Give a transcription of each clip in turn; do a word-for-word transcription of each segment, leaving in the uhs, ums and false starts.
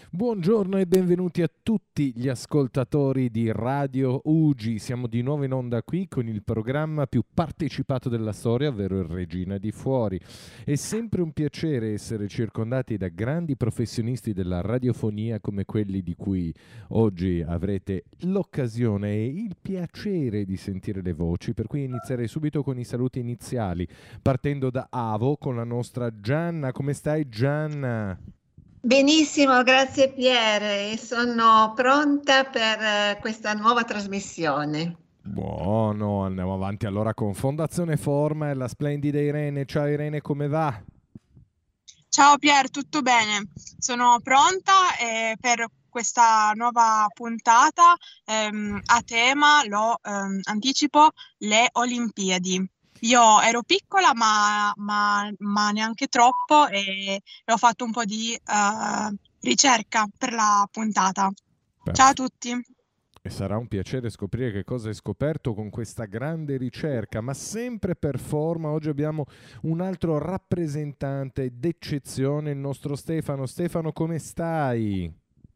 Buongiorno e benvenuti a tutti gli ascoltatori di Radio U G I. Siamo di nuovo in onda qui con il programma più partecipato della storia, ovvero il Regina di Fuori. È sempre un piacere essere circondati da grandi professionisti della radiofonia come quelli di cui oggi avrete l'occasione e il piacere di sentire le voci, per cui inizierei subito con i saluti iniziali, partendo da Avo con la nostra Gianna. Come stai, Gianna? Benissimo, grazie Pier, e sono pronta per eh, questa nuova trasmissione. Buono, andiamo avanti allora con Fondazione Forma e la splendida Irene. Ciao Irene, come va? Ciao Pier, tutto bene? Sono pronta eh, per questa nuova puntata ehm, a tema, lo ehm, anticipo, le Olimpiadi. Io ero piccola ma, ma- ma neanche troppo e ho fatto un po' di eh, ricerca per la puntata. Ciao a Perf- tutti. E sarà un piacere scoprire che cosa hai scoperto con questa grande ricerca, ma sempre per forma. Oggi abbiamo un altro rappresentante d'eccezione, il nostro Stefano. Stefano, come stai?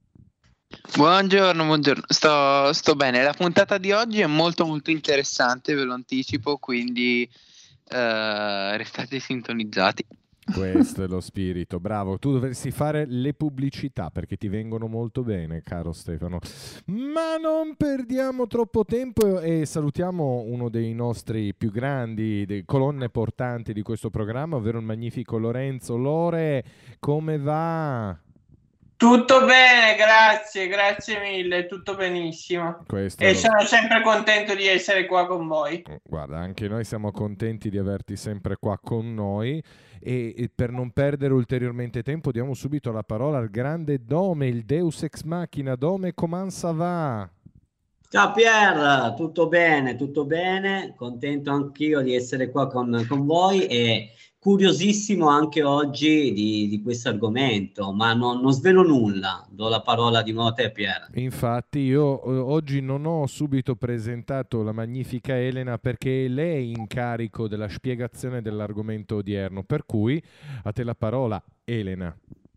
Buongiorno, buongiorno. Sto, sto bene. La puntata di oggi è molto molto interessante, ve lo anticipo, quindi eh, restate sintonizzati. Questo è lo spirito, bravo. Tu dovresti fare le pubblicità perché ti vengono molto bene, caro Stefano. Ma non perdiamo troppo tempo e salutiamo uno dei nostri più grandi dei colonne portanti di questo programma, ovvero il magnifico Lorenzo. Lore, come va? Tutto bene, grazie, grazie mille, tutto benissimo. Questo è E lo sono sempre contento di essere qua con voi. Guarda, anche noi siamo contenti di averti sempre qua con noi e, e per non perdere ulteriormente tempo diamo subito la parola al grande Dome, il Deus Ex Machina. Dome, comment ça va? Ciao Pier, tutto bene, tutto bene, contento anch'io di essere qua con, con voi e curiosissimo anche oggi di, di questo argomento, ma non, non svelo nulla, do la parola di nuovo a te Pier. Infatti io eh, oggi non ho subito presentato la magnifica Elena perché è lei in carico della spiegazione dell'argomento odierno, per cui a te la parola, Elena.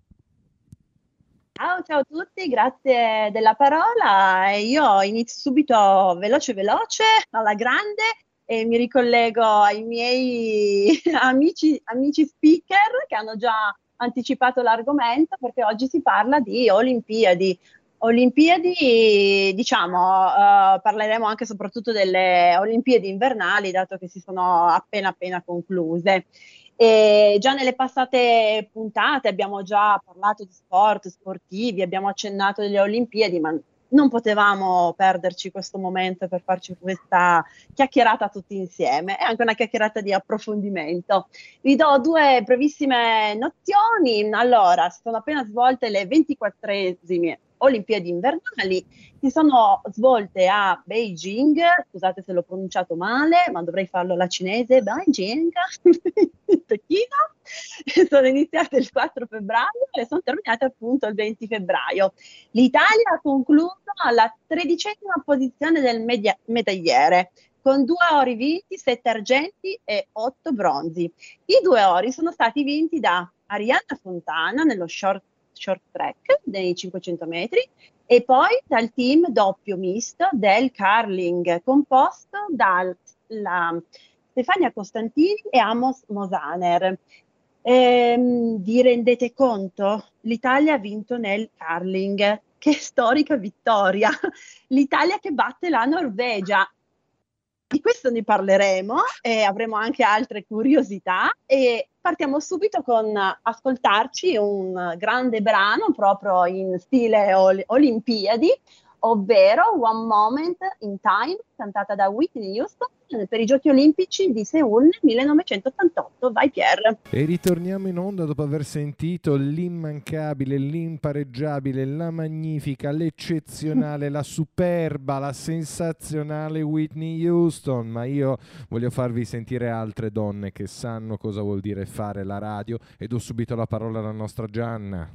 Ciao, ciao a tutti, grazie della parola. E Io inizio subito veloce veloce, alla grande, e mi ricollego ai miei amici, amici speaker che hanno già anticipato l'argomento, perché oggi si parla di Olimpiadi. Olimpiadi, diciamo, eh, parleremo anche e soprattutto delle Olimpiadi invernali, dato che si sono appena appena concluse. E già nelle passate puntate abbiamo già parlato di sport, sportivi, abbiamo accennato delle Olimpiadi, ma non potevamo perderci questo momento per farci questa chiacchierata tutti insieme e anche una chiacchierata di approfondimento. Vi do due brevissime nozioni. Allora, si sono appena svolte le ventiquattresime Olimpiadi invernali, si sono svolte a Beijing, scusate se l'ho pronunciato male, ma dovrei farlo alla cinese, Beijing, in Pechino. Sono iniziate il quattro febbraio e sono terminate appunto il venti febbraio. L'Italia ha concluso alla tredicesima posizione del media- medagliere, con due ori vinti, sette argenti e otto bronzi. I due ori sono stati vinti da Arianna Fontana nello short, short track dei cinquecento metri e poi dal team doppio misto del curling, composto da Stefania Costantini e Amos Mosaner. Ehm, vi rendete conto? L'Italia ha vinto nel curling. Che storica vittoria! L'Italia che batte la Norvegia. Di questo ne parleremo e avremo anche altre curiosità e partiamo subito con ascoltarci un grande brano proprio in stile ol- Olimpiadi, ovvero One Moment in Time, cantata da Whitney Houston per i Giochi Olimpici di Seul nel millenovecentottantotto. Vai Pier! E ritorniamo in onda dopo aver sentito l'immancabile, l'impareggiabile, la magnifica, l'eccezionale, la superba, la sensazionale Whitney Houston. Ma io voglio farvi sentire altre donne che sanno cosa vuol dire fare la radio e do subito la parola alla nostra Gianna.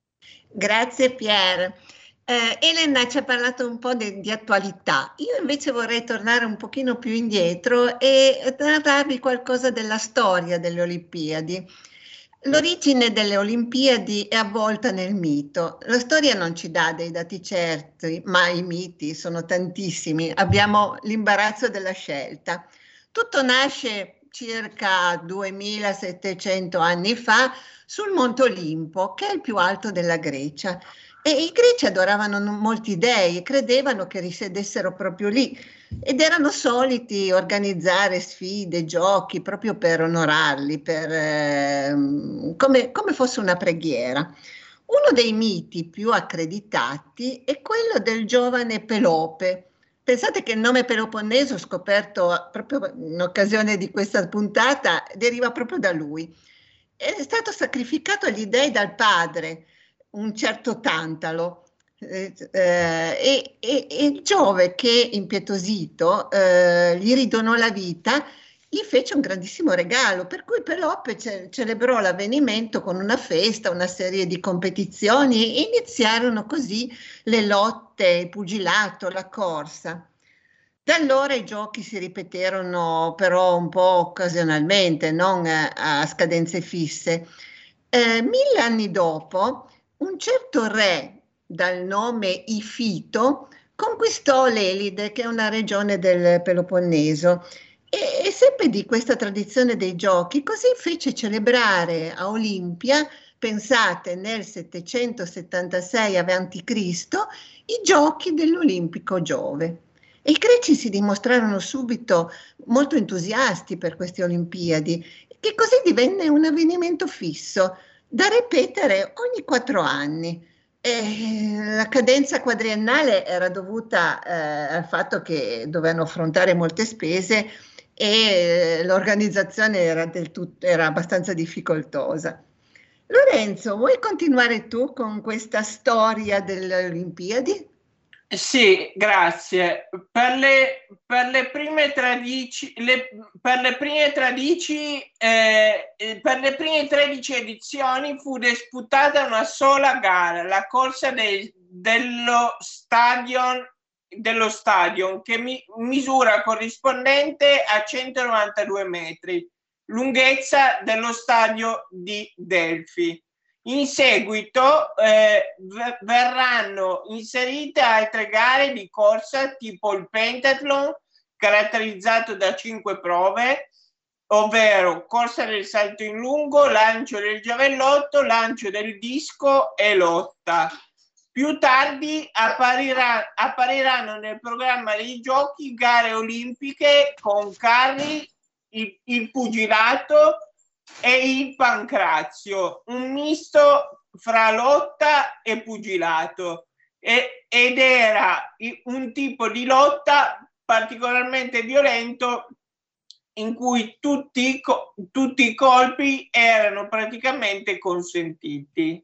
Grazie Pier. Eh, Elena ci ha parlato un po' di, di attualità, io invece vorrei tornare un pochino più indietro e narrarvi qualcosa della storia delle Olimpiadi. L'origine delle Olimpiadi è avvolta nel mito. La storia non ci dà dei dati certi, ma i miti sono tantissimi. Abbiamo l'imbarazzo della scelta. Tutto nasce circa duemilasettecento anni fa sul Monte Olimpo, che è il più alto della Grecia. E i greci adoravano molti dei e credevano che risiedessero proprio lì. Ed erano soliti organizzare sfide, giochi proprio per onorarli, per, eh, come, come fosse una preghiera. Uno dei miti più accreditati è quello del giovane Pelope. Pensate che il nome Peloponneso, scoperto proprio in occasione di questa puntata, deriva proprio da lui. È stato sacrificato agli dei dal padre, un certo Tantalo. Eh, eh, e, e, e Giove, che impietosito eh, gli ridonò la vita, gli fece un grandissimo regalo, per cui Pelope ce- celebrò l'avvenimento con una festa, una serie di competizioni, e iniziarono così le lotte, il pugilato, la corsa. Da allora i giochi si ripeterono però un po' occasionalmente, non a, a scadenze fisse. Eh, mille anni dopo, un certo re dal nome Ifito conquistò l'Elide, che è una regione del Peloponneso, e, e seppe di questa tradizione dei giochi, così fece celebrare a Olimpia, pensate nel settecentosettantasei avanti Cristo, i giochi dell'Olimpico Giove. E i greci si dimostrarono subito molto entusiasti per queste Olimpiadi, che così divenne un avvenimento fisso, da ripetere ogni quattro anni. E la cadenza quadriennale era dovuta eh, al fatto che dovevano affrontare molte spese e l'organizzazione era, del tutto, era abbastanza difficoltosa. Lorenzo, vuoi continuare tu con questa storia delle Olimpiadi? Sì, grazie. Per le, per le prime tredici, le, per le prime tredici, eh, per le prime tredici edizioni fu disputata una sola gara, la corsa de, dello stadion, dello stadion, che mi, misura corrispondente a centonovantadue metri, lunghezza dello stadio di Delfi. In seguito eh, verranno inserite altre gare di corsa tipo il pentathlon, caratterizzato da cinque prove, ovvero corsa del salto in lungo, lancio del giavellotto, lancio del disco e lotta. Più tardi apparirà, appariranno nel programma dei giochi gare olimpiche con carri, il, il pugilato e il pancrazio, un misto fra lotta e pugilato, e, ed era un tipo di lotta particolarmente violento in cui tutti, tutti i colpi erano praticamente consentiti.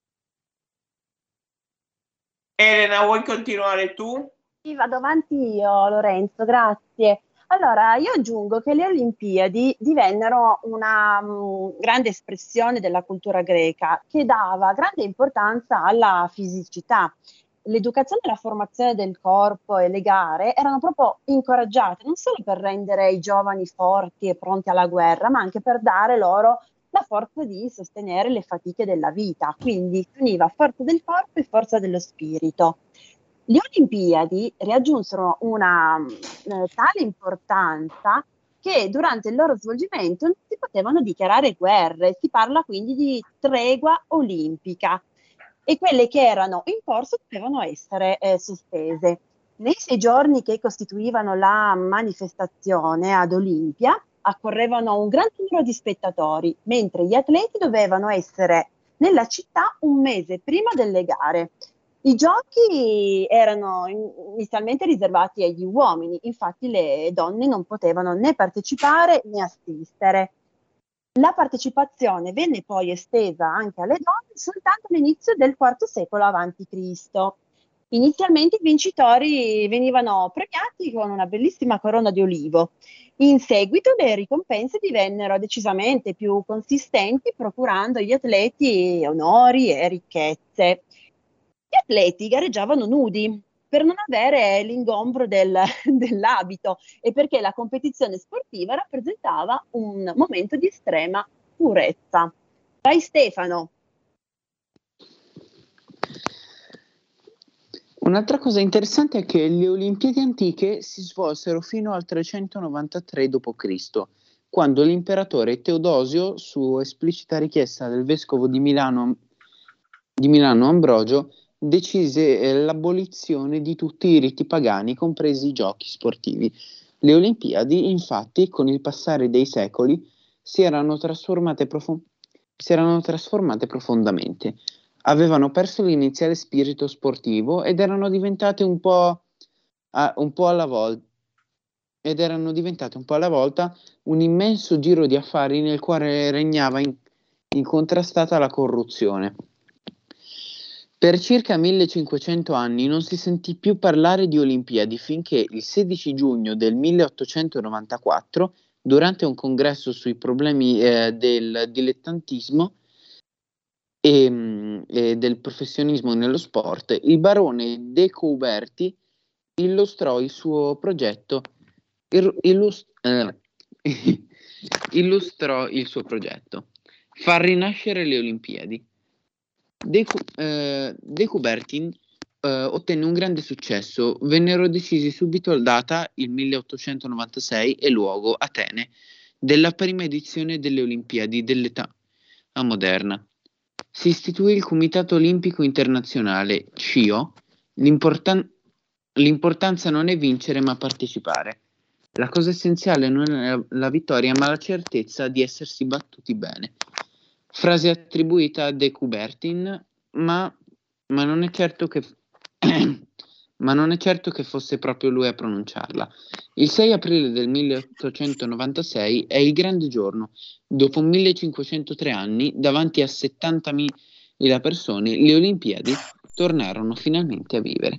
Elena, vuoi continuare tu? Sì, vado avanti io, Lorenzo, grazie. Allora, io aggiungo che le Olimpiadi divennero una um, grande espressione della cultura greca, che dava grande importanza alla fisicità. L'educazione e la formazione del corpo e le gare erano proprio incoraggiate non solo per rendere i giovani forti e pronti alla guerra, ma anche per dare loro la forza di sostenere le fatiche della vita. Quindi si univa forza del corpo e forza dello spirito. Le Olimpiadi raggiunsero una eh, tale importanza che durante il loro svolgimento non si potevano dichiarare guerre, si parla quindi di tregua olimpica, e quelle che erano in corso dovevano essere eh, sospese. Nei sei giorni che costituivano la manifestazione ad Olimpia accorrevano un gran numero di spettatori, mentre gli atleti dovevano essere nella città un mese prima delle gare. I giochi erano inizialmente riservati agli uomini, infatti le donne non potevano né partecipare né assistere. La partecipazione venne poi estesa anche alle donne soltanto all'inizio del quarto secolo avanti Cristo. Inizialmente i vincitori venivano premiati con una bellissima corona di olivo. In seguito le ricompense divennero decisamente più consistenti, procurando agli atleti onori e ricchezze. Gli atleti gareggiavano nudi per non avere l'ingombro del, dell'abito e perché la competizione sportiva rappresentava un momento di estrema purezza. Vai Stefano. Un'altra cosa interessante è che le Olimpiadi antiche si svolsero fino al trecentonovantatré dopo Cristo, quando l'imperatore Teodosio, su esplicita richiesta del vescovo di Milano, di Milano Ambrogio, decise eh, l'abolizione di tutti i riti pagani, compresi i giochi sportivi. Le Olimpiadi, infatti, con il passare dei secoli, si erano trasformate, profo- si erano trasformate profondamente. Avevano perso l'iniziale spirito sportivo ed erano diventate un po', a, un po' alla volta ed erano diventate un po' alla volta un immenso giro di affari nel quale regnava in, incontrastata la corruzione. Per circa millecinquecento anni non si sentì più parlare di Olimpiadi finché il sedici giugno del milleottocentonovantaquattro, durante un congresso sui problemi eh, del dilettantismo e, e del professionismo nello sport, il barone De Couberti illustrò il suo progetto illust- eh, illustrò il suo progetto far rinascere le Olimpiadi. De, eh, De Coubertin eh, ottenne un grande successo. Vennero decisi subito data, il milleottocentonovantasei, e luogo, Atene, della prima edizione delle Olimpiadi dell'età moderna. Si istituì il Comitato Olimpico Internazionale, C I O. L'importan- l'importanza non è vincere ma partecipare. La cosa essenziale non è la vittoria ma la certezza di essersi battuti bene. Frase attribuita a De Coubertin, ma, ma, non è certo che, ma non è certo che fosse proprio lui a pronunciarla. Il sei aprile del milleottocentonovantasei è il grande giorno. Dopo millecinquecentotre anni, davanti a settantamila persone, le Olimpiadi tornarono finalmente a vivere.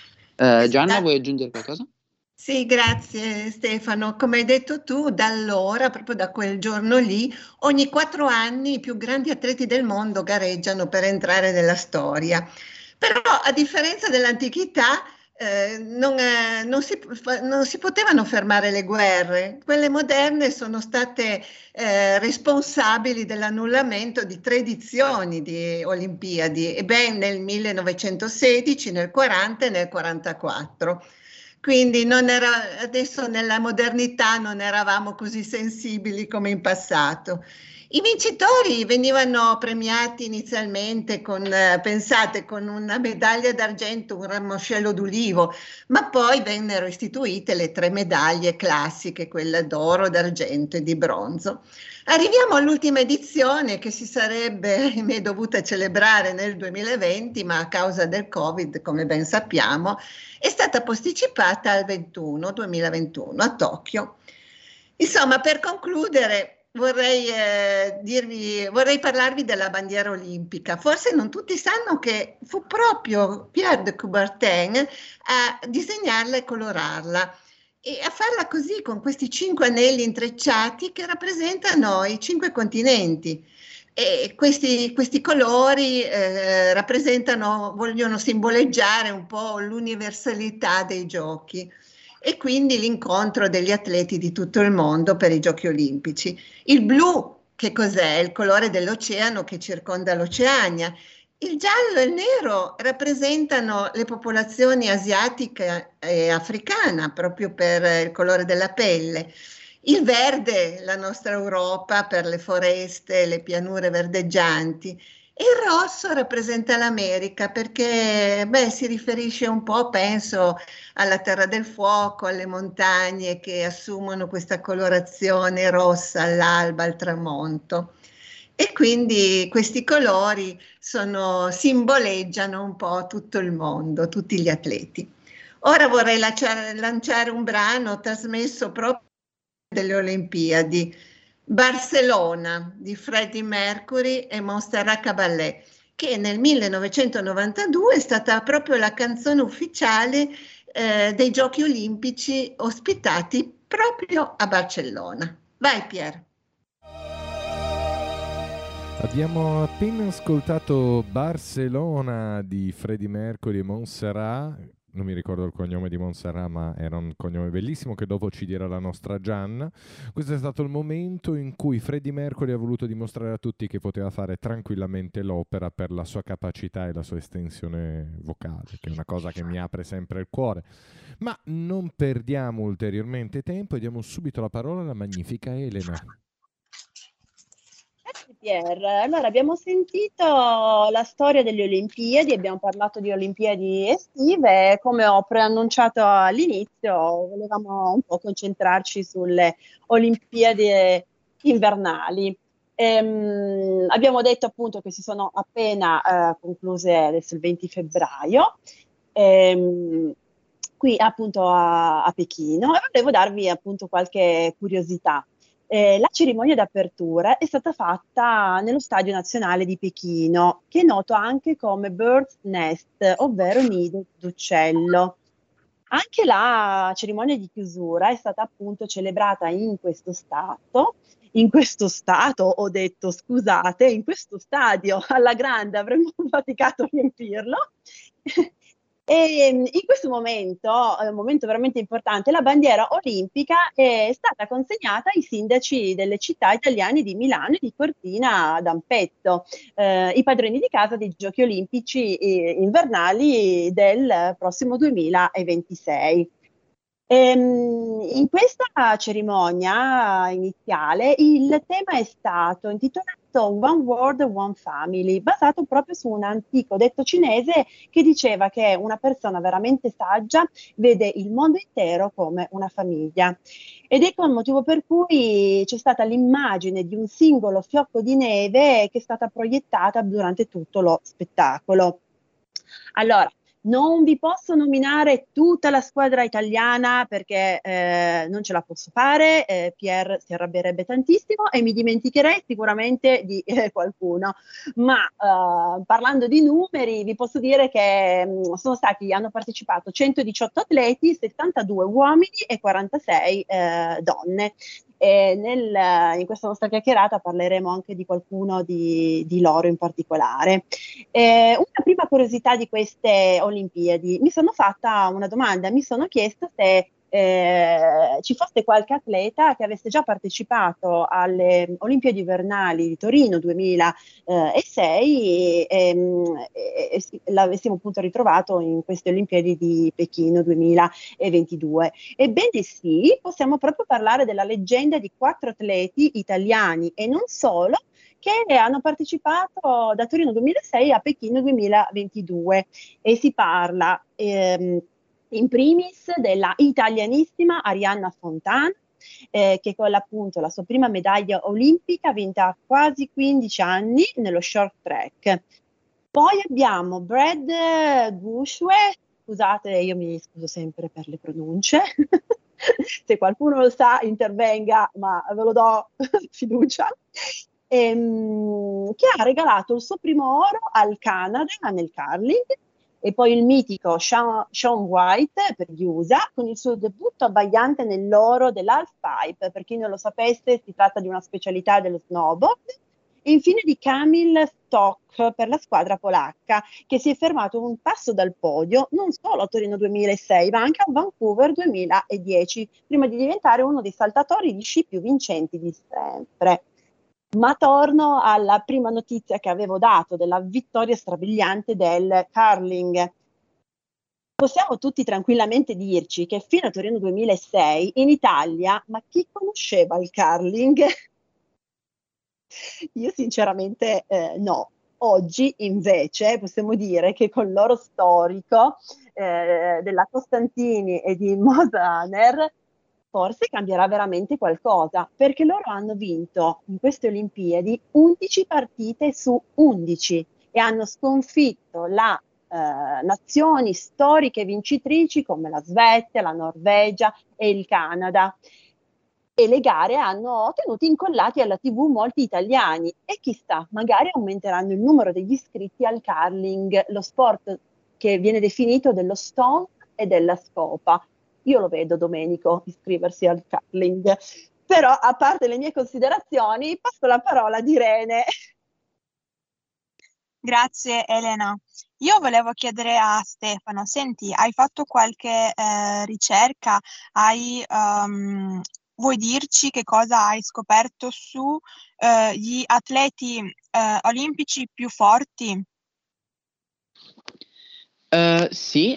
Uh, Gianna, vuoi aggiungere qualcosa? Sì, grazie Stefano. Come hai detto tu, da allora, proprio da quel giorno lì, ogni quattro anni i più grandi atleti del mondo gareggiano per entrare nella storia. Però, a differenza dell'antichità, eh, non, eh, non, si, non si potevano fermare le guerre. Quelle moderne sono state eh, responsabili dell'annullamento di tre edizioni di Olimpiadi, e ben nel millenovecentosedici, nel quaranta e nel quarantaquattro. Quindi non era, adesso nella modernità non eravamo così sensibili come in passato. I vincitori venivano premiati inizialmente con, eh, pensate, con una medaglia d'argento, un ramoscello d'ulivo, ma poi vennero istituite le tre medaglie classiche, quella d'oro, d'argento e di bronzo. Arriviamo all'ultima edizione che si sarebbe ahimè, dovuta celebrare nel duemilaventi, ma a causa del Covid, come ben sappiamo, è stata posticipata al ventuno, duemilaventuno a Tokyo. Insomma, per concludere, vorrei, eh, dirvi, vorrei parlarvi della bandiera olimpica. Forse non tutti sanno che fu proprio Pierre de Coubertin a disegnarla e colorarla, e a farla così, con questi cinque anelli intrecciati che rappresentano i cinque continenti. E questi, questi colori eh, rappresentano, vogliono simboleggiare un po' l'universalità dei giochi e quindi l'incontro degli atleti di tutto il mondo per i giochi olimpici. Il blu, che cos'è? Il colore dell'oceano che circonda l'Oceania. Il giallo e il nero rappresentano le popolazioni asiatica e africana, proprio per il colore della pelle. Il verde, la nostra Europa, per le foreste, le pianure verdeggianti. E il rosso rappresenta l'America perché beh, si riferisce un po', penso, alla Terra del Fuoco, alle montagne che assumono questa colorazione rossa all'alba, al tramonto. E quindi questi colori sono, simboleggiano un po' tutto il mondo, tutti gli atleti. Ora vorrei lanciare, lanciare un brano trasmesso proprio delle Olimpiadi, Barcellona di Freddie Mercury e Montserrat Caballé, che nel millenovecentonovantadue è stata proprio la canzone ufficiale eh, dei Giochi Olimpici ospitati proprio a Barcellona. Vai Pier. Abbiamo appena ascoltato Barcellona di Freddie Mercury e Montserrat non mi ricordo il cognome di Montserrat, ma era un cognome bellissimo che dopo ci dirà la nostra Gianna. Questo è stato il momento in cui Freddie Mercury ha voluto dimostrare a tutti che poteva fare tranquillamente l'opera per la sua capacità e la sua estensione vocale, che è una cosa che mi apre sempre il cuore. Ma non perdiamo ulteriormente tempo e diamo subito la parola alla magnifica Elena. Pier. Allora, abbiamo sentito la storia delle Olimpiadi, abbiamo parlato di Olimpiadi estive, come ho preannunciato all'inizio, volevamo un po' concentrarci sulle Olimpiadi invernali. Ehm, abbiamo detto appunto che si sono appena eh, concluse adesso il venti febbraio, ehm, qui appunto a, a Pechino, e volevo darvi appunto qualche curiosità. Eh, la cerimonia d'apertura è stata fatta nello Stadio Nazionale di Pechino, che è noto anche come Bird's Nest, ovvero nido d'uccello. Anche la cerimonia di chiusura è stata appunto celebrata in questo stato, in questo stato, ho detto scusate, in questo stadio alla grande, avremmo faticato a riempirlo. E in questo momento, un momento veramente importante, la bandiera olimpica è stata consegnata ai sindaci delle città italiane di Milano e di Cortina d'Ampezzo, eh, i padroni di casa dei Giochi Olimpici eh, invernali del prossimo duemilaventisei. Ehm, in questa cerimonia iniziale il tema è stato intitolato One World, One Family, basato proprio su un antico detto cinese che diceva che una persona veramente saggia vede il mondo intero come una famiglia. Ed ecco il motivo per cui c'è stata l'immagine di un singolo fiocco di neve che è stata proiettata durante tutto lo spettacolo. Allora, non vi posso nominare tutta la squadra italiana perché eh, non ce la posso fare, eh, Pier si arrabbierebbe tantissimo e mi dimenticherei sicuramente di eh, qualcuno, ma eh, parlando di numeri vi posso dire che mh, sono stati, hanno partecipato centodiciotto atleti, settantadue uomini e quarantasei eh, donne. E nel, in questa nostra chiacchierata parleremo anche di qualcuno di, di loro in particolare. Eh, una prima curiosità di queste Olimpiadi, mi sono fatta una domanda, mi sono chiesta se eh, ci fosse qualche atleta che avesse già partecipato alle Olimpiadi invernali di Torino duemilasei e, e, e, e l'avessimo appunto ritrovato in queste Olimpiadi di Pechino duemilaventidue. Ebbene sì, possiamo proprio parlare della leggenda di quattro atleti italiani e non solo, che hanno partecipato da Torino duemilasei a Pechino duemilaventidue e si parla ehm, in primis della italianissima Arianna Fontana, eh, che con appunto la sua prima medaglia olimpica vinta a quasi quindici anni nello short track. Poi abbiamo Brad Gushue, scusate, io mi scuso sempre per le pronunce, se qualcuno lo sa intervenga, ma ve lo do fiducia. Ehm, che ha regalato il suo primo oro al Canada nel curling, e poi il mitico Sean, Sean White per gli U S A con il suo debutto abbagliante nell'oro dell'half pipe. Per chi non lo sapesse, si tratta di una specialità dello snowboard. E infine di Kamil Stoch per la squadra polacca, che si è fermato un passo dal podio non solo a Torino duemilasei ma anche a Vancouver duemiladieci, prima di diventare uno dei saltatori di sci più vincenti di sempre. Ma torno alla prima notizia che avevo dato della vittoria strabiliante del curling. Possiamo tutti tranquillamente dirci che fino a Torino duemilasei in Italia, ma chi conosceva il curling? Io sinceramente eh, no. Oggi invece possiamo dire che con l'oro storico eh, della Costantini e di Mosaner forse cambierà veramente qualcosa, perché loro hanno vinto in queste Olimpiadi undici partite su undici e hanno sconfitto la eh, nazioni storiche vincitrici come la Svezia, la Norvegia e il Canada. E le gare hanno tenuto incollati alla tivù molti italiani e chissà, magari aumenteranno il numero degli iscritti al curling, lo sport che viene definito dello stone e della scopa. Io lo vedo, Domenico, iscriversi al curling. Però, a parte le mie considerazioni, passo la parola ad Irene. Grazie Elena. Io volevo chiedere a Stefano, senti, hai fatto qualche eh, ricerca? Hai, um, vuoi dirci che cosa hai scoperto su eh, gli atleti eh, olimpici più forti? Uh, sì,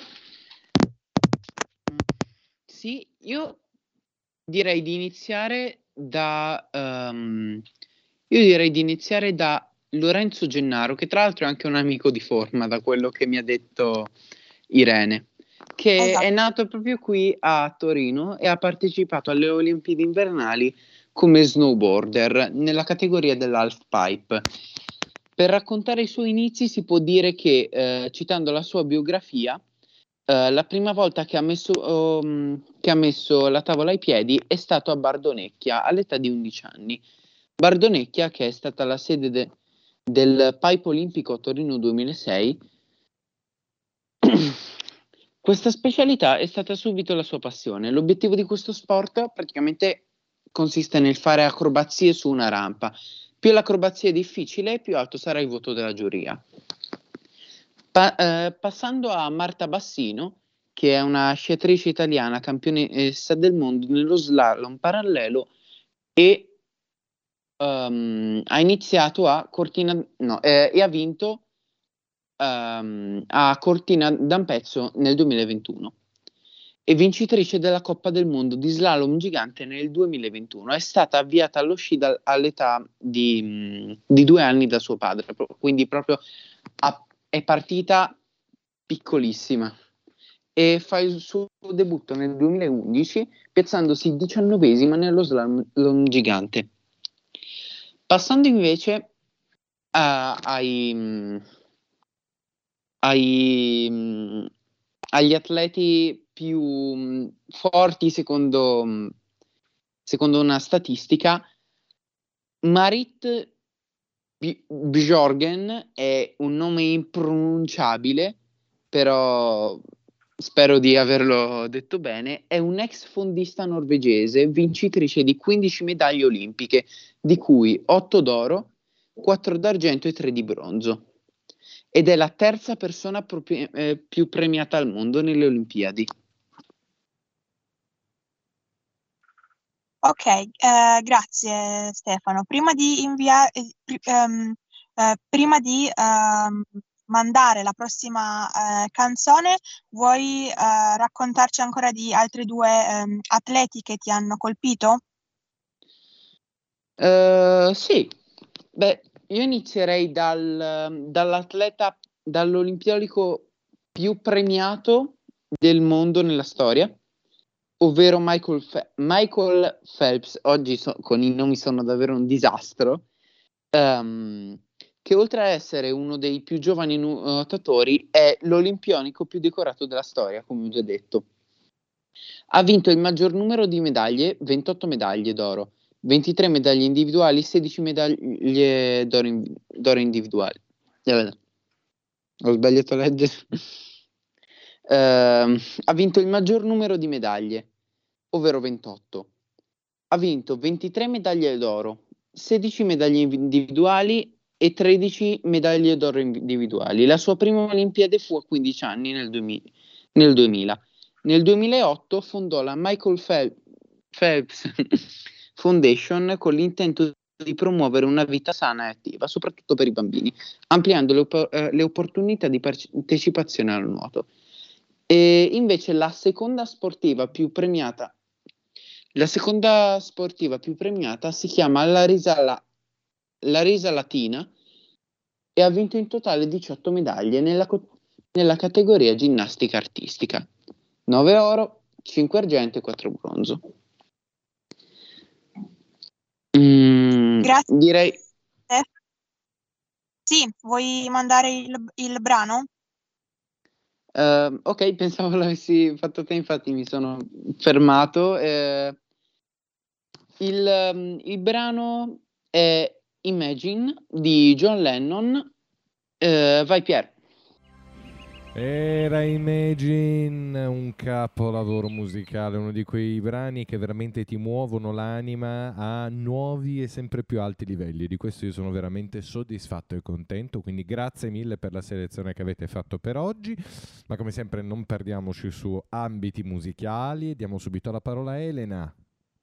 sì, io direi di iniziare da um, io direi di iniziare da Lorenzo Gennaro, che tra l'altro è anche un amico di Forma, da quello che mi ha detto Irene, che Esatto. è nato proprio qui a Torino e ha partecipato alle Olimpiadi invernali come snowboarder nella categoria dell'halfpipe. Per raccontare i suoi inizi si può dire che, eh, citando la sua biografia, eh, la prima volta che ha, messo, um, che ha messo la tavola ai piedi è stato a Bardonecchia all'età di undici anni. Bardonecchia, che è stata la sede de- del Pipe Olimpico Torino duemilasei, questa specialità è stata subito la sua passione. L'obiettivo di questo sport praticamente consiste nel fare acrobazie su una rampa. Più l'acrobazia è difficile, più alto sarà il voto della giuria. Pa- eh, passando a Marta Bassino, che è una sciatrice italiana, campionessa del mondo nello slalom parallelo e um, ha iniziato a Cortina, no, eh, e ha vinto um, a Cortina d'Ampezzo nel duemilaventuno e vincitrice della Coppa del Mondo di slalom gigante nel duemilaventuno. È stata avviata allo sci da, all'età di, di due anni da suo padre, quindi proprio a, è partita piccolissima e fa il suo debutto nel duemilaundici piazzandosi diciannovesima nello slalom gigante. Passando invece a, ai, ai, agli atleti più forti secondo, secondo una statistica, Marit Bjorgen è un nome impronunciabile, però spero di averlo detto bene. È un'ex fondista norvegese, vincitrice di quindici medaglie olimpiche, di cui otto d'oro, quattro d'argento e tre di bronzo. Ed è la terza persona propri- eh, più premiata al mondo nelle Olimpiadi. Ok, eh, grazie Stefano. Prima di inviare, eh, pri- ehm, eh, prima di ehm, mandare la prossima eh, canzone, vuoi eh, raccontarci ancora di altri due ehm, atleti che ti hanno colpito? Uh, sì, beh, io inizierei dal, dall'atleta, dall'olimpionico più premiato del mondo nella storia, ovvero Michael, Fe- Michael Phelps. Oggi so- con i nomi sono davvero un disastro, um, che oltre a essere uno dei più giovani nuotatori è l'olimpionico più decorato della storia, come ho già detto. Ha vinto il maggior numero di medaglie, ventotto medaglie d'oro, ventitré medaglie individuali, sedici medaglie d'oro, in, d'oro individuali. Eh, ho sbagliato a leggere. Uh, ha vinto il maggior numero di medaglie, ovvero ventotto. Ha vinto ventitré medaglie d'oro, sedici medaglie individuali e tredici medaglie d'oro individuali. La sua prima Olimpiade fu a quindici anni nel duemila. Nel, duemila. Nel duemilaotto fondò la Michael Phelps Foundation con l'intento di promuovere una vita sana e attiva, soprattutto per i bambini, ampliando le, op- eh, le opportunità di partecipazione al nuoto. E invece la seconda sportiva più premiata La seconda sportiva più premiata si chiama la Risa, La- la Risa Latina e ha vinto in totale diciotto medaglie nella, co- nella categoria ginnastica artistica. nove oro, cinque argento e quattro bronzo. Mm, Grazie. direi... Sì, vuoi mandare il, il brano? Uh, ok, pensavo l'avessi fatto te, infatti mi sono fermato. Eh, il, um, il brano è Imagine di John Lennon. Uh, vai Pier. Era Imagine, un capolavoro musicale, uno di quei brani che veramente ti muovono l'anima a nuovi e sempre più alti livelli. Di questo io sono veramente soddisfatto e contento, quindi grazie mille per la selezione che avete fatto per oggi, ma come sempre non perdiamoci su ambiti musicali. Diamo subito la parola a Elena.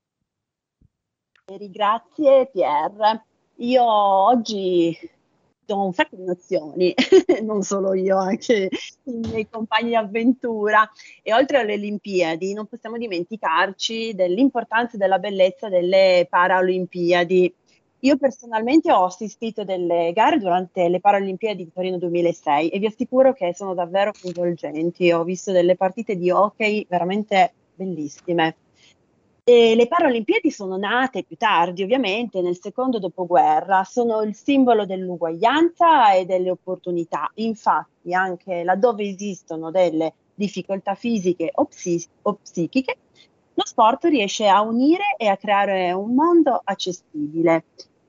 Grazie Pier. Io oggi ho un sacco di nozioni, non solo io, anche i miei compagni di avventura. E oltre alle Olimpiadi non possiamo dimenticarci dell'importanza e della bellezza delle Paralimpiadi. Io personalmente ho assistito delle gare durante le Paralimpiadi di Torino duemilasei e vi assicuro che sono davvero coinvolgenti. Ho visto delle partite di hockey veramente bellissime. E le Paralimpiadi sono nate più tardi, ovviamente, nel secondo dopoguerra, sono il simbolo dell'uguaglianza e delle opportunità. Infatti, anche laddove esistono delle difficoltà fisiche o, psi- o psichiche, lo sport riesce a unire e a creare un mondo accessibile.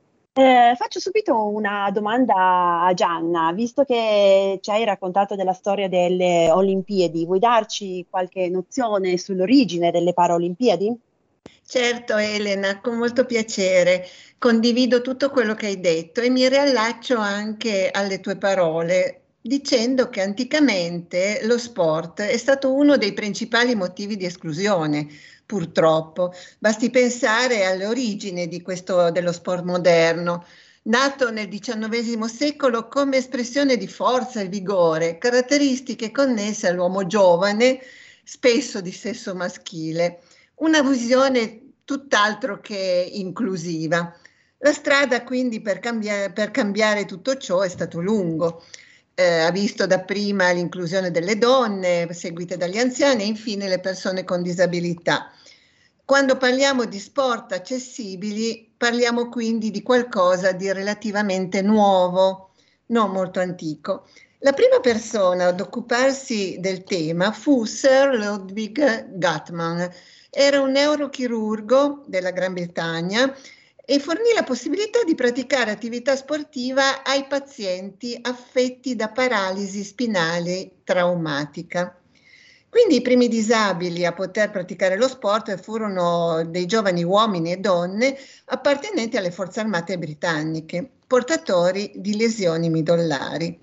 Eh, faccio subito una domanda a Gianna, visto che ci hai raccontato della storia delle Olimpiadi, vuoi darci qualche nozione sull'origine delle Paralimpiadi? Certo Elena, con molto piacere. Condivido tutto quello che hai detto e mi riallaccio anche alle tue parole dicendo che anticamente lo sport è stato uno dei principali motivi di esclusione, purtroppo. Basti pensare alle origini di questo, dello sport moderno, nato nel diciannovesimo secolo come espressione di forza e vigore, caratteristiche connesse all'uomo giovane, spesso di sesso maschile. Una visione tutt'altro che inclusiva. La strada quindi per cambiare, per cambiare tutto ciò è stato lungo. Eh, ha visto dapprima l'inclusione delle donne, seguite dagli anziani e infine le persone con disabilità. Quando parliamo di sport accessibili, parliamo quindi di qualcosa di relativamente nuovo, non molto antico. La prima persona ad occuparsi del tema fu Sir Ludwig Guttmann. Era un neurochirurgo della Gran Bretagna e fornì la possibilità di praticare attività sportiva ai pazienti affetti da paralisi spinale traumatica. Quindi i primi disabili a poter praticare lo sport furono dei giovani uomini e donne appartenenti alle forze armate britanniche, portatori di lesioni midollari.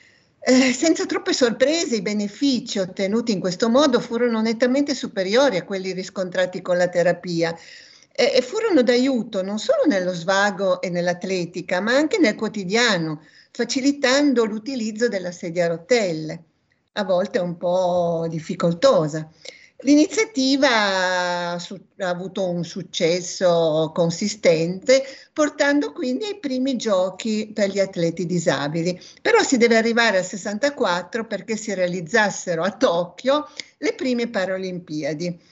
Eh, senza troppe sorprese, i benefici ottenuti in questo modo furono nettamente superiori a quelli riscontrati con la terapia eh, e furono d'aiuto non solo nello svago e nell'atletica, ma anche nel quotidiano, facilitando l'utilizzo della sedia a rotelle, a volte un po' difficoltosa. L'iniziativa ha, su- ha avuto un successo consistente, portando quindi ai primi giochi per gli atleti disabili. Però si deve arrivare al sessantaquattro perché si realizzassero a Tokyo le prime Paralimpiadi.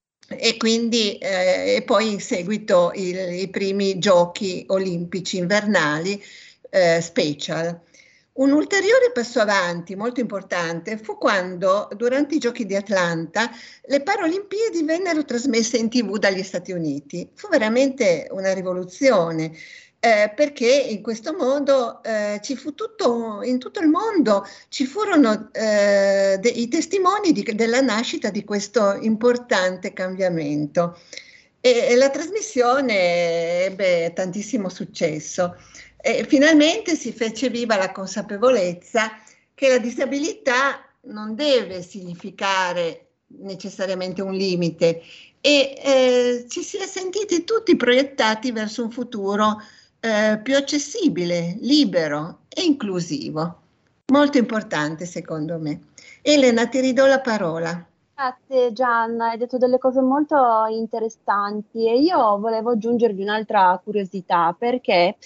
E quindi eh, e poi in seguito il, i primi giochi olimpici invernali eh, special. Un ulteriore passo avanti molto importante fu quando, durante i giochi di Atlanta, le Paralimpiadi vennero trasmesse in tivù dagli Stati Uniti. Fu veramente una rivoluzione, eh, perché in questo modo eh, ci fu tutto, in tutto il mondo ci furono eh, de- i testimoni di, della nascita di questo importante cambiamento. E, e la trasmissione ebbe tantissimo successo. E finalmente si fece viva la consapevolezza che la disabilità non deve significare necessariamente un limite e eh, ci si è sentiti tutti proiettati verso un futuro eh, più accessibile, libero e inclusivo. Molto importante secondo me. Elena, ti ridò la parola. Grazie Gianna, hai detto delle cose molto interessanti e io volevo aggiungervi un'altra curiosità perché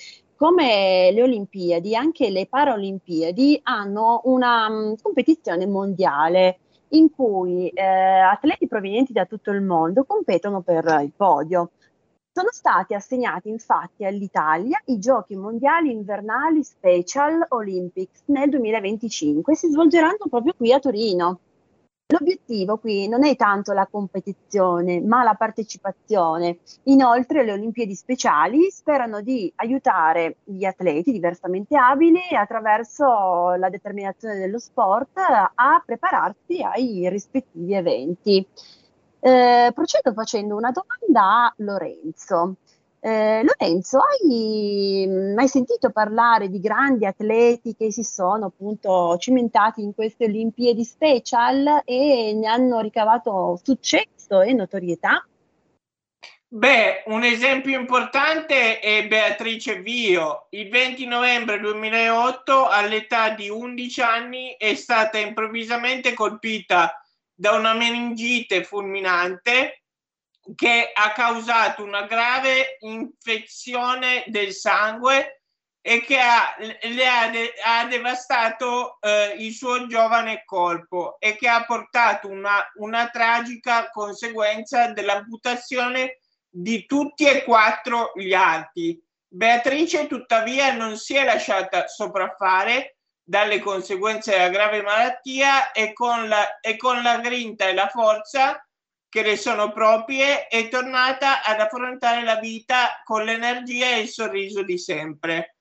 come le Olimpiadi, anche le Paralimpiadi hanno una mh, competizione mondiale in cui eh, atleti provenienti da tutto il mondo competono per il podio. Sono stati assegnati infatti all'Italia i Giochi Mondiali Invernali Special Olympics nel duemilaventicinque e si svolgeranno proprio qui a Torino. L'obiettivo qui non è tanto la competizione, ma la partecipazione. Inoltre, le Olimpiadi speciali sperano di aiutare gli atleti diversamente abili attraverso la determinazione dello sport a prepararsi ai rispettivi eventi. Eh, procedo facendo una domanda a Lorenzo. Eh, Lorenzo, hai mai sentito parlare di grandi atleti che si sono appunto cimentati in queste Olimpiadi Special e ne hanno ricavato successo e notorietà? Beh, un esempio importante è Beatrice Vio. Il venti novembre duemilaotto, all'età di undici anni, è stata improvvisamente colpita da una meningite fulminante che ha causato una grave infezione del sangue e che ha, le ha, de, ha devastato eh, il suo giovane corpo e che ha portato una, una tragica conseguenza dell'amputazione di tutti e quattro gli arti. Beatrice tuttavia non si è lasciata sopraffare dalle conseguenze della grave malattia e con la, e con la grinta e la forza che le sono proprie è tornata ad affrontare la vita con l'energia e il sorriso di sempre,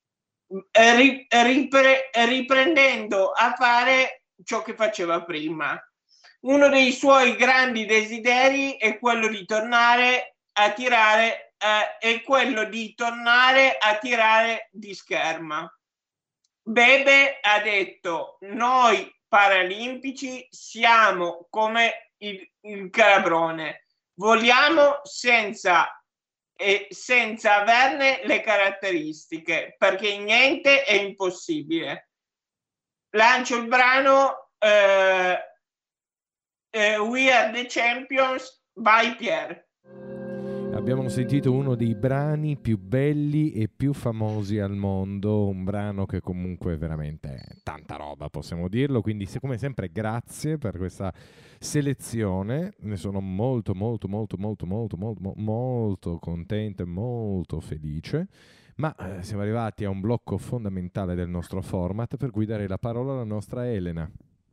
ripre, riprendendo a fare ciò che faceva prima. Uno dei suoi grandi desideri è quello di tornare a tirare eh, è quello di tornare a tirare di scherma. Bebe ha detto: noi paralimpici siamo come il, il Calabrone, voliamo senza, eh, senza averne le caratteristiche, perché niente è impossibile. Lancio il brano eh, eh, We Are the Champions by Pierre. Abbiamo sentito uno dei brani più belli e più famosi al mondo, un brano che comunque è veramente tanta roba, possiamo dirlo, quindi come sempre grazie per questa selezione, ne sono molto molto molto molto molto molto molto contento e molto felice, ma eh, siamo arrivati a un blocco fondamentale del nostro format per cui dare la parola alla nostra Elena.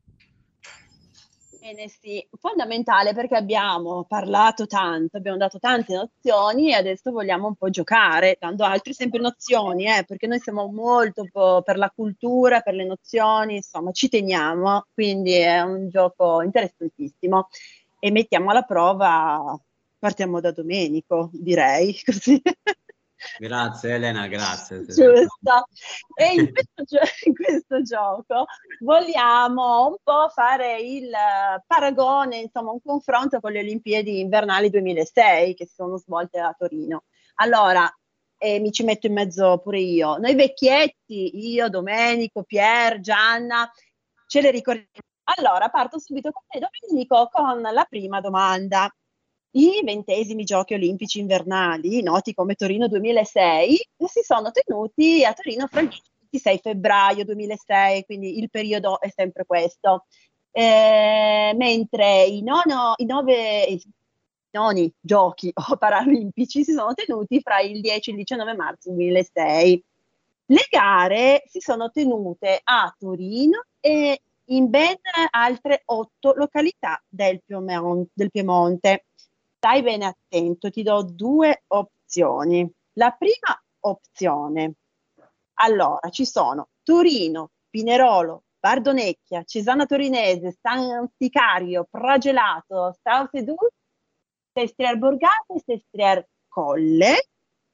Bene, sì, fondamentale perché abbiamo parlato tanto, abbiamo dato tante nozioni e adesso vogliamo un po' giocare, dando altre sempre nozioni, eh, perché noi siamo molto per la cultura, per le nozioni, insomma ci teniamo, quindi è un gioco interessantissimo e mettiamo alla prova, partiamo da Domenico, direi così. Grazie Elena, grazie. Giusto. E in questo, gio- in questo gioco vogliamo un po' fare il paragone, insomma un confronto con le Olimpiadi invernali duemilasei che si sono svolte a Torino. Allora, eh, mi ci metto in mezzo pure io. Noi vecchietti, io, Domenico, Pier, Gianna, ce le ricordiamo. Allora, parto subito con te, Domenico, con la prima domanda. I ventesimi giochi olimpici invernali, noti come Torino duemilasei, si sono tenuti a Torino fra il ventisei febbraio duemilasei, quindi il periodo è sempre questo. Eh, mentre i, nono, i nove i noni giochi paralimpici si sono tenuti fra il dieci e il diciannove marzo duemilasei. Le gare si sono tenute a Torino e in ben altre otto località del Piemonte. Del Piemonte. Stai bene attento, ti do due opzioni. La prima opzione, allora, ci sono Torino, Pinerolo, Bardonecchia, Cesana Torinese, San Sicario, Pragelato, Sausedù, Sestriere Borgate e Sestriere Colle,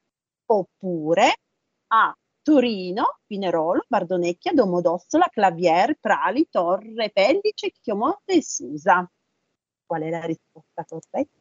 oppure a Torino, Pinerolo, Bardonecchia, Domodossola, Clavier, Prali, Torre Pellice, Chiomonte e Susa. Qual è la risposta corretta?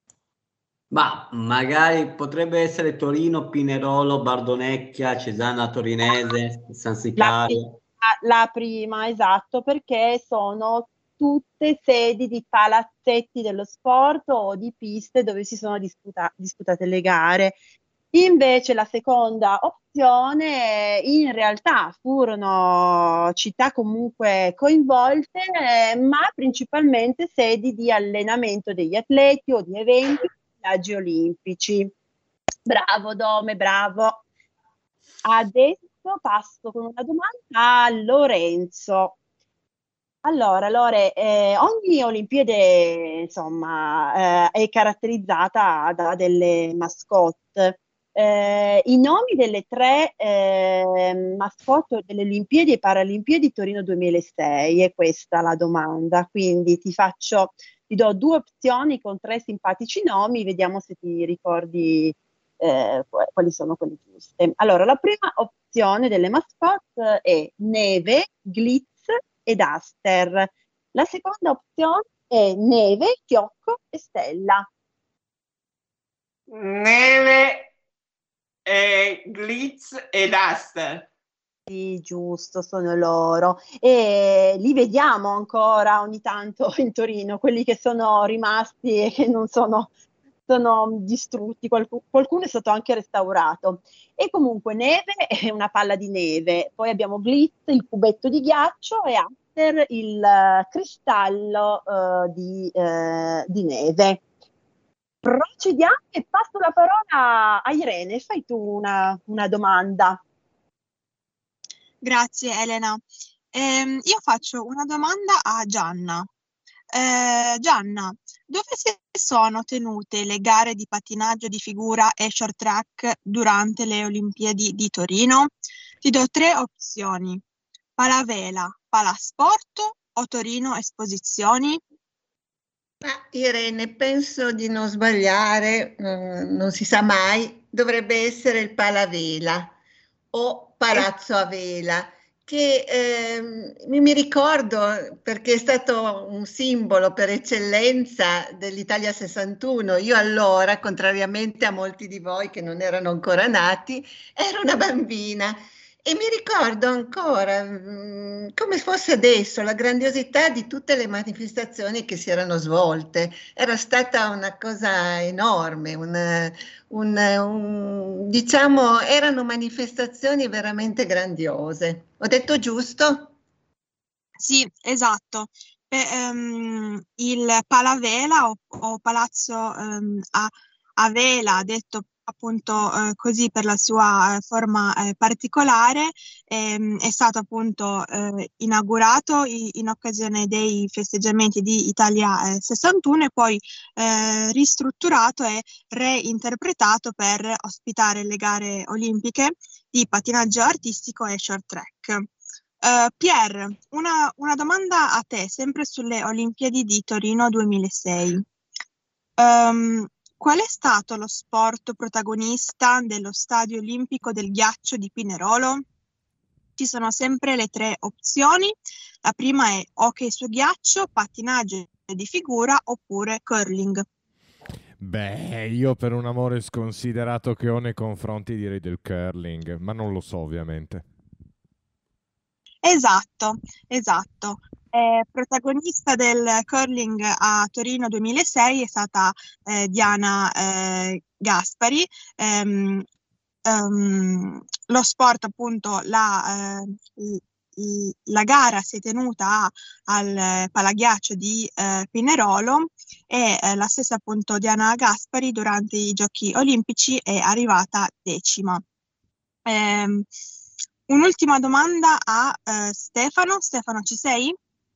Ma magari potrebbe essere Torino, Pinerolo, Bardonecchia, Cesana Torinese, San Sicario. La, la prima, esatto, perché sono tutte sedi di palazzetti dello sport o di piste dove si sono disputa- disputate le gare. Invece la seconda opzione in realtà furono città comunque coinvolte, eh, ma principalmente sedi di allenamento degli atleti o di eventi, viaggi olimpici. Bravo Dome, bravo. Adesso passo con una domanda a Lorenzo. Allora, Lore, eh, ogni Olimpiade, insomma, eh, è caratterizzata da delle mascotte. Eh, i nomi delle tre eh, mascotte delle Olimpiadi e Paralimpiadi Torino duemilasei, è questa la domanda. Quindi ti faccio, ti do due opzioni con tre simpatici nomi, vediamo se ti ricordi eh, quali sono quelle giuste. Allora, la prima opzione delle mascotte è Neve, Glitz ed Aster. La seconda opzione è Neve, Fiocco e Stella. Neve, eh, Glitz ed Aster. Sì, giusto, sono loro. E li vediamo ancora ogni tanto in Torino, quelli che sono rimasti e che non sono, sono distrutti, Qualc- qualcuno è stato anche restaurato. E comunque Neve è una palla di neve, poi abbiamo Glitz, il cubetto di ghiaccio, e Aster, il uh, cristallo uh, di, uh, di neve. Procediamo e passo la parola a Irene, fai tu una, una domanda. Grazie Elena. Ehm, io faccio una domanda a Gianna. Eh, Gianna, dove si sono tenute le gare di pattinaggio di figura e short track durante le Olimpiadi di Torino? Ti do tre opzioni: Palavela, Palasport o Torino Esposizioni? Ma Irene, penso di non sbagliare, eh, non si sa mai, dovrebbe essere il Palavela o Palazzo a Vela, che ehm, mi mi ricordo perché è stato un simbolo per eccellenza dell'Italia sessantuno. Io allora, contrariamente a molti di voi che non erano ancora nati, ero una bambina. E mi ricordo ancora, mh, come fosse adesso, la grandiosità di tutte le manifestazioni che si erano svolte. Era stata una cosa enorme, un, un- un- diciamo, erano manifestazioni veramente grandiose. Ho detto giusto? Sì, esatto. Pe- ehm, il Palavela o, o Palazzo ehm, a, a vela, detto appunto eh, così per la sua eh, forma eh, particolare, ehm, è stato appunto eh, inaugurato i- in occasione dei festeggiamenti di Italia eh, sessantuno e poi eh, ristrutturato e reinterpretato per ospitare le gare olimpiche di pattinaggio artistico e short track. Uh, Pier, una, una domanda a te, sempre sulle Olimpiadi di Torino duemilasei. Um, qual è stato lo sport protagonista dello Stadio Olimpico del Ghiaccio di Pinerolo? Ci sono sempre le tre opzioni. La prima è hockey su ghiaccio, pattinaggio di figura oppure curling. Beh, io per un amore sconsiderato che ho nei confronti direi del curling, ma non lo so ovviamente. Esatto, esatto. Eh, protagonista del curling a Torino duemilasei è stata eh, Diana eh, Gaspari. Ehm, ehm, lo sport, appunto, la, eh, l- la gara si è tenuta a- al Palaghiaccio di eh, Pinerolo e eh, la stessa, appunto, Diana Gaspari durante i Giochi Olimpici è arrivata decima. Ehm, un'ultima domanda a eh, Stefano. Stefano, ci sei?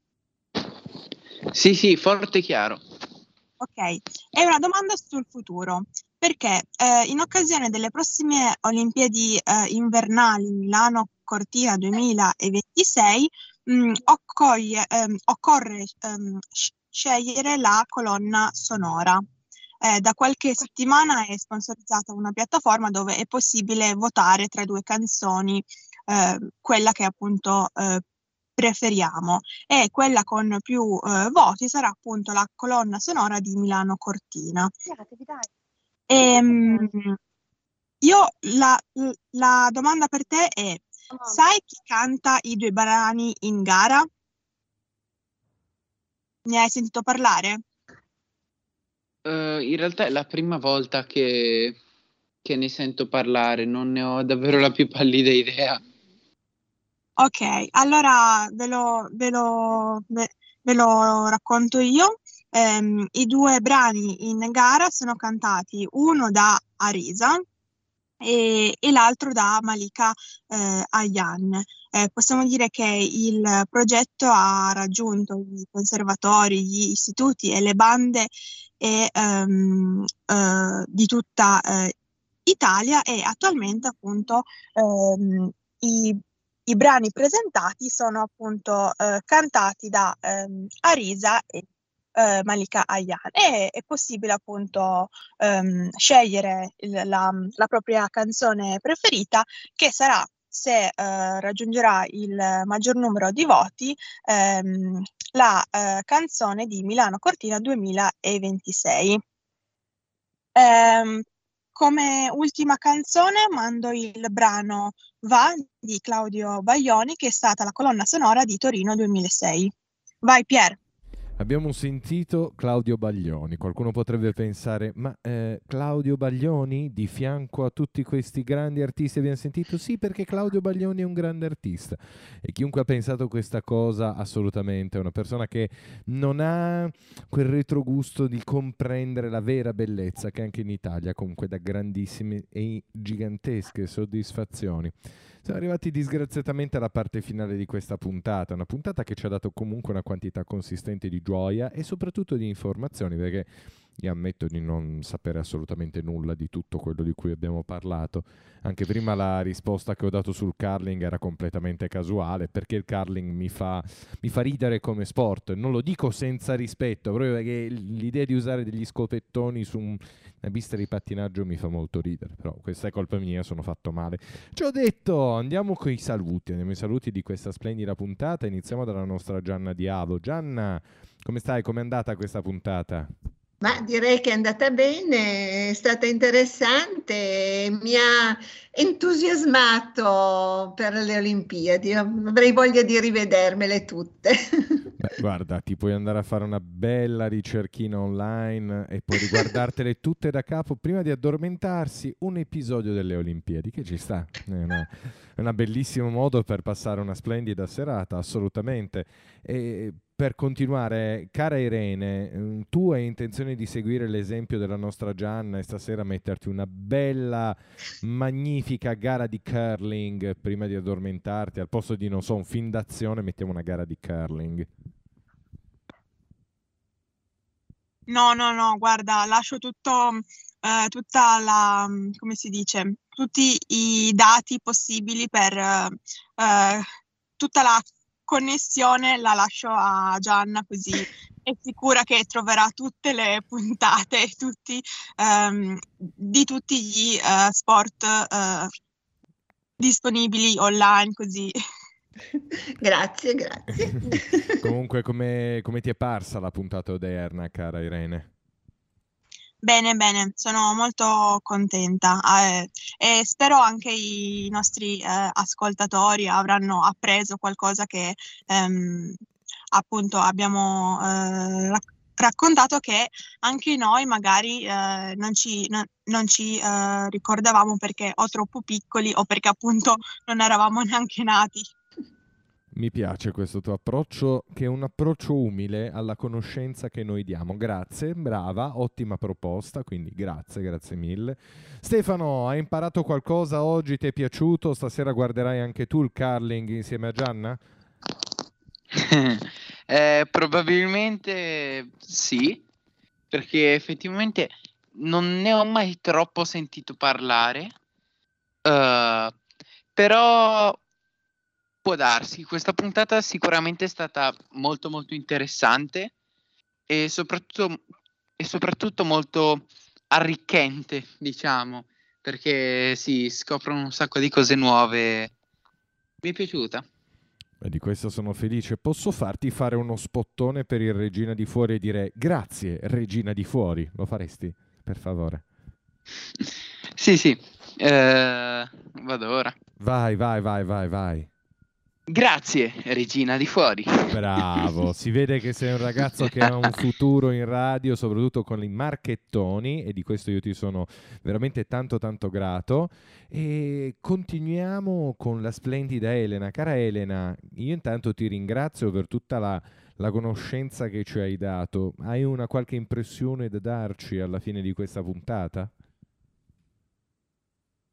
Sì, sì, forte e chiaro. Ok, è una domanda sul futuro, perché eh, in occasione delle prossime Olimpiadi eh, invernali Milano Cortina duemilaventisei mh, occoglie- ehm, occorre ehm, sc- scegliere la colonna sonora. Eh, da qualche settimana è sponsorizzata una piattaforma dove è possibile votare tra due canzoni, eh, quella che appunto eh, preferiamo, e quella con più eh, voti sarà appunto la colonna sonora di Milano Cortina. Ehm, io la, la domanda per te è: sai chi canta i due brani in gara? Ne hai sentito parlare? Uh, in realtà è la prima volta che, che ne sento parlare, non ne ho davvero la più pallida idea. Ok, allora ve lo, ve lo, ve, ve lo racconto io. Ehm, i due brani in gara sono cantati uno da Arisa e, e l'altro da Malika eh, Ayan. Eh, possiamo dire che il progetto ha raggiunto i conservatori, gli istituti e le bande e, um, uh, di tutta uh, Italia, e attualmente appunto um, i, i brani presentati sono appunto uh, cantati da um, Arisa e uh, Malika Ayan, e è possibile appunto um, scegliere il, la, la propria canzone preferita, che sarà, se uh, raggiungerà il maggior numero di voti, um, la uh, canzone di Milano Cortina duemilaventisei. Um, come ultima canzone mando il brano Va di Claudio Baglioni, che è stata la colonna sonora di Torino duemilasei. Vai Pier. Abbiamo sentito Claudio Baglioni. Qualcuno potrebbe pensare, ma eh, Claudio Baglioni di fianco a tutti questi grandi artisti abbiamo sentito? Sì, perché Claudio Baglioni è un grande artista, e chiunque ha pensato questa cosa assolutamente è una persona che non ha quel retrogusto di comprendere la vera bellezza che anche in Italia comunque dà grandissime e gigantesche soddisfazioni. Siamo arrivati disgraziatamente alla parte finale di questa puntata, una puntata che ci ha dato comunque una quantità consistente di gioia e soprattutto di informazioni, perché io ammetto di non sapere assolutamente nulla di tutto quello di cui abbiamo parlato. Anche prima la risposta che ho dato sul curling era completamente casuale, perché il curling mi fa, mi fa ridere come sport. Non lo dico senza rispetto, proprio perché l'idea di usare degli scopettoni su un, una pista di pattinaggio mi fa molto ridere, però questa è colpa mia, sono fatto male. Ci ho detto, andiamo con i saluti, andiamo ai saluti di questa splendida puntata. Iniziamo dalla nostra Gianna Diavo. Gianna, come stai? Com'è andata questa puntata? Ma direi che è andata bene, è stata interessante, mi ha entusiasmato per le Olimpiadi, avrei voglia di rivedermele tutte. Beh, guarda, ti puoi andare a fare una bella ricerchina online e poi riguardartele tutte da capo prima di addormentarsi, un episodio delle Olimpiadi, che ci sta, è una, è un bellissimo modo per passare una splendida serata, assolutamente. E per continuare, cara Irene, tu hai intenzione di seguire l'esempio della nostra Gianna e stasera metterti una bella, magnifica gara di curling prima di addormentarti? Al posto di, non so, un film d'azione, mettiamo una gara di curling. No, no, no, guarda, lascio tutto, eh, tutta la, come si dice, tutti i dati possibili per eh, tutta la connessione la lascio a Gianna, così è sicura che troverà tutte le puntate tutti, um, di tutti gli uh, sport uh, disponibili online, così. Grazie, grazie. Comunque, come, come ti è parsa la puntata odierna, cara Irene? Bene, bene, sono molto contenta eh, e spero anche i nostri eh, ascoltatori avranno appreso qualcosa che ehm, appunto abbiamo eh, rac- raccontato, che anche noi magari eh, non ci, no, non ci eh, ricordavamo perché o troppo piccoli o perché appunto non eravamo neanche nati. Mi piace questo tuo approccio, che è un approccio umile alla conoscenza che noi diamo. Grazie, brava, ottima proposta, quindi grazie, grazie mille. Stefano, hai imparato qualcosa oggi? Ti è piaciuto? Stasera guarderai anche tu il curling insieme a Gianna? eh, probabilmente sì, perché effettivamente non ne ho mai troppo sentito parlare, uh, però... può darsi, questa puntata sicuramente è stata molto molto interessante e soprattutto, e soprattutto molto arricchente, diciamo, perché si scoprono un sacco di cose nuove. Mi è piaciuta. E di questo sono felice. Posso farti fare uno spottone per il Regina di Fuori e dire grazie Regina di Fuori? Lo faresti? Per favore. Sì, sì, eh, vado ora. Vai, vai, vai, vai, vai. Grazie, Regina di Fuori. Bravo, si vede che sei un ragazzo che ha un futuro in radio, soprattutto con i marchettoni, e di questo io ti sono veramente tanto tanto grato. E continuiamo con la splendida Elena. Cara Elena, io intanto ti ringrazio per tutta la, la conoscenza che ci hai dato. Hai una qualche impressione da darci alla fine di questa puntata?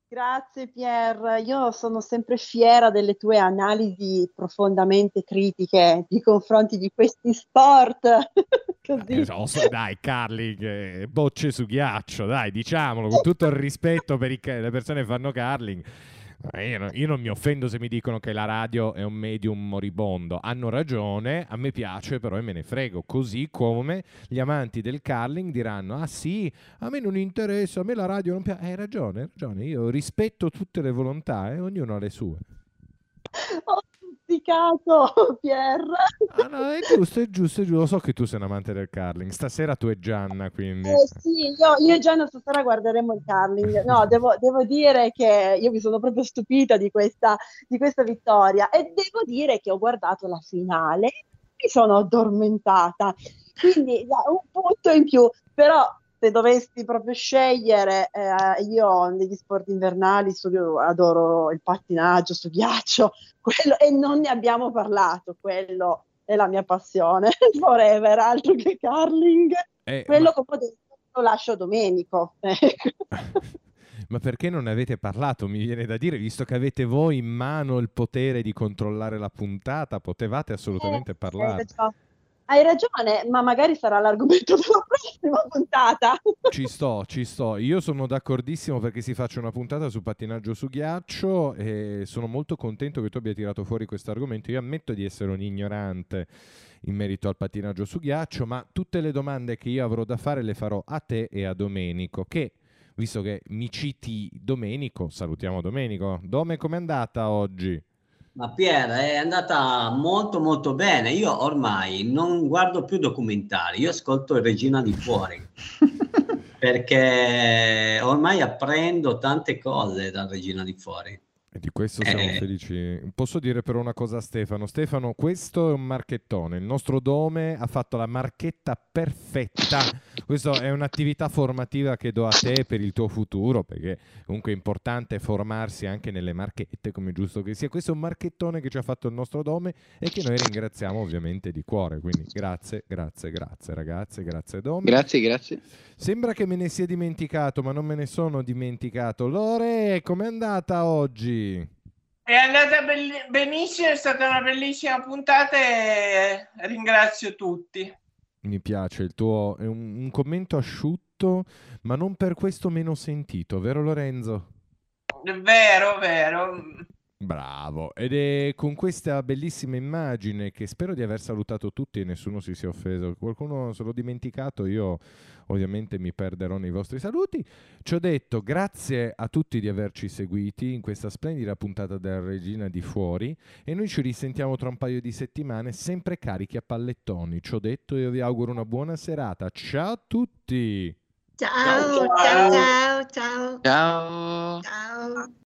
Grazie Pier, io sono sempre fiera delle tue analisi profondamente critiche nei confronti di questi sport. Così. Eh, so, so, dai, curling, eh, bocce su ghiaccio, dai, diciamolo, con tutto il rispetto per i, le persone che fanno curling. Io, no, io non mi offendo se mi dicono che la radio è un medium moribondo. Hanno ragione, a me piace, però e me ne frego. Così come gli amanti del curling diranno: ah sì, a me non interessa, a me la radio non piace. Hai ragione, hai ragione. Io rispetto tutte le volontà e eh, ognuno ha le sue. Ho stuzzicato, Pier. Ah, no, è giusto, è giusto, è giusto. Lo so che tu sei un amante del curling. Stasera tu e Gianna, quindi. Eh sì, io, io e Gianna stasera guarderemo il curling. No, devo, devo dire che io mi sono proprio stupita di questa, di questa vittoria e devo dire che ho guardato la finale e mi sono addormentata. Quindi da, un punto in più, però se dovessi proprio scegliere, eh, io negli sport invernali so- io adoro il pattinaggio su ghiaccio, quello, e non ne abbiamo parlato, quello è la mia passione, forever, altro che curling. Eh, Quello ma... che ho detto lo lascio a Domenico. Ma perché non ne avete parlato? Mi viene da dire, visto che avete voi in mano il potere di controllare la puntata, potevate assolutamente Eh, parlare. Hai ragione, ma magari sarà l'argomento della prossima puntata. Ci sto, ci sto. Io sono d'accordissimo perché si faccia una puntata su pattinaggio su ghiaccio e sono molto contento che tu abbia tirato fuori questo argomento. Io ammetto di essere un ignorante in merito al pattinaggio su ghiaccio, ma tutte le domande che io avrò da fare le farò a te e a Domenico, che, visto che mi citi Domenico, salutiamo Domenico. Dome, com'è andata oggi? Ma Pier, è andata molto molto bene. Io ormai non guardo più documentari, io ascolto Regina di Fuori perché ormai apprendo tante cose da Regina di Fuori. E di questo siamo Eh. felici. Posso dire però una cosa a Stefano. Stefano, questo è un marchettone. Il nostro Dome ha fatto la marchetta perfetta. Questa è un'attività formativa che do a te per il tuo futuro, perché comunque è importante formarsi anche nelle marchette, come è giusto che sia. Questo è un marchettone che ci ha fatto il nostro Dome e che noi ringraziamo ovviamente di cuore. Quindi grazie, grazie, grazie ragazzi, grazie Dome. Grazie, grazie. Sembra che me ne sia dimenticato, ma non me ne sono dimenticato. Lore, com'è andata oggi? È andata belli- benissimo, è stata una bellissima puntata e ringrazio tutti. Mi piace, il tuo è un, un commento asciutto, ma non per questo meno sentito, vero Lorenzo? Vero, vero. Bravo, ed è con questa bellissima immagine che spero di aver salutato tutti e nessuno si sia offeso. Qualcuno se l'ho dimenticato, io ovviamente mi perderò nei vostri saluti. Ci ho detto grazie a tutti di averci seguiti in questa splendida puntata della Regina di Fuori e noi ci risentiamo tra un paio di settimane sempre carichi a pallettoni. Ci ho detto e io vi auguro una buona serata. Ciao a tutti! Ciao, ciao, ciao, ciao. Ciao. Ciao.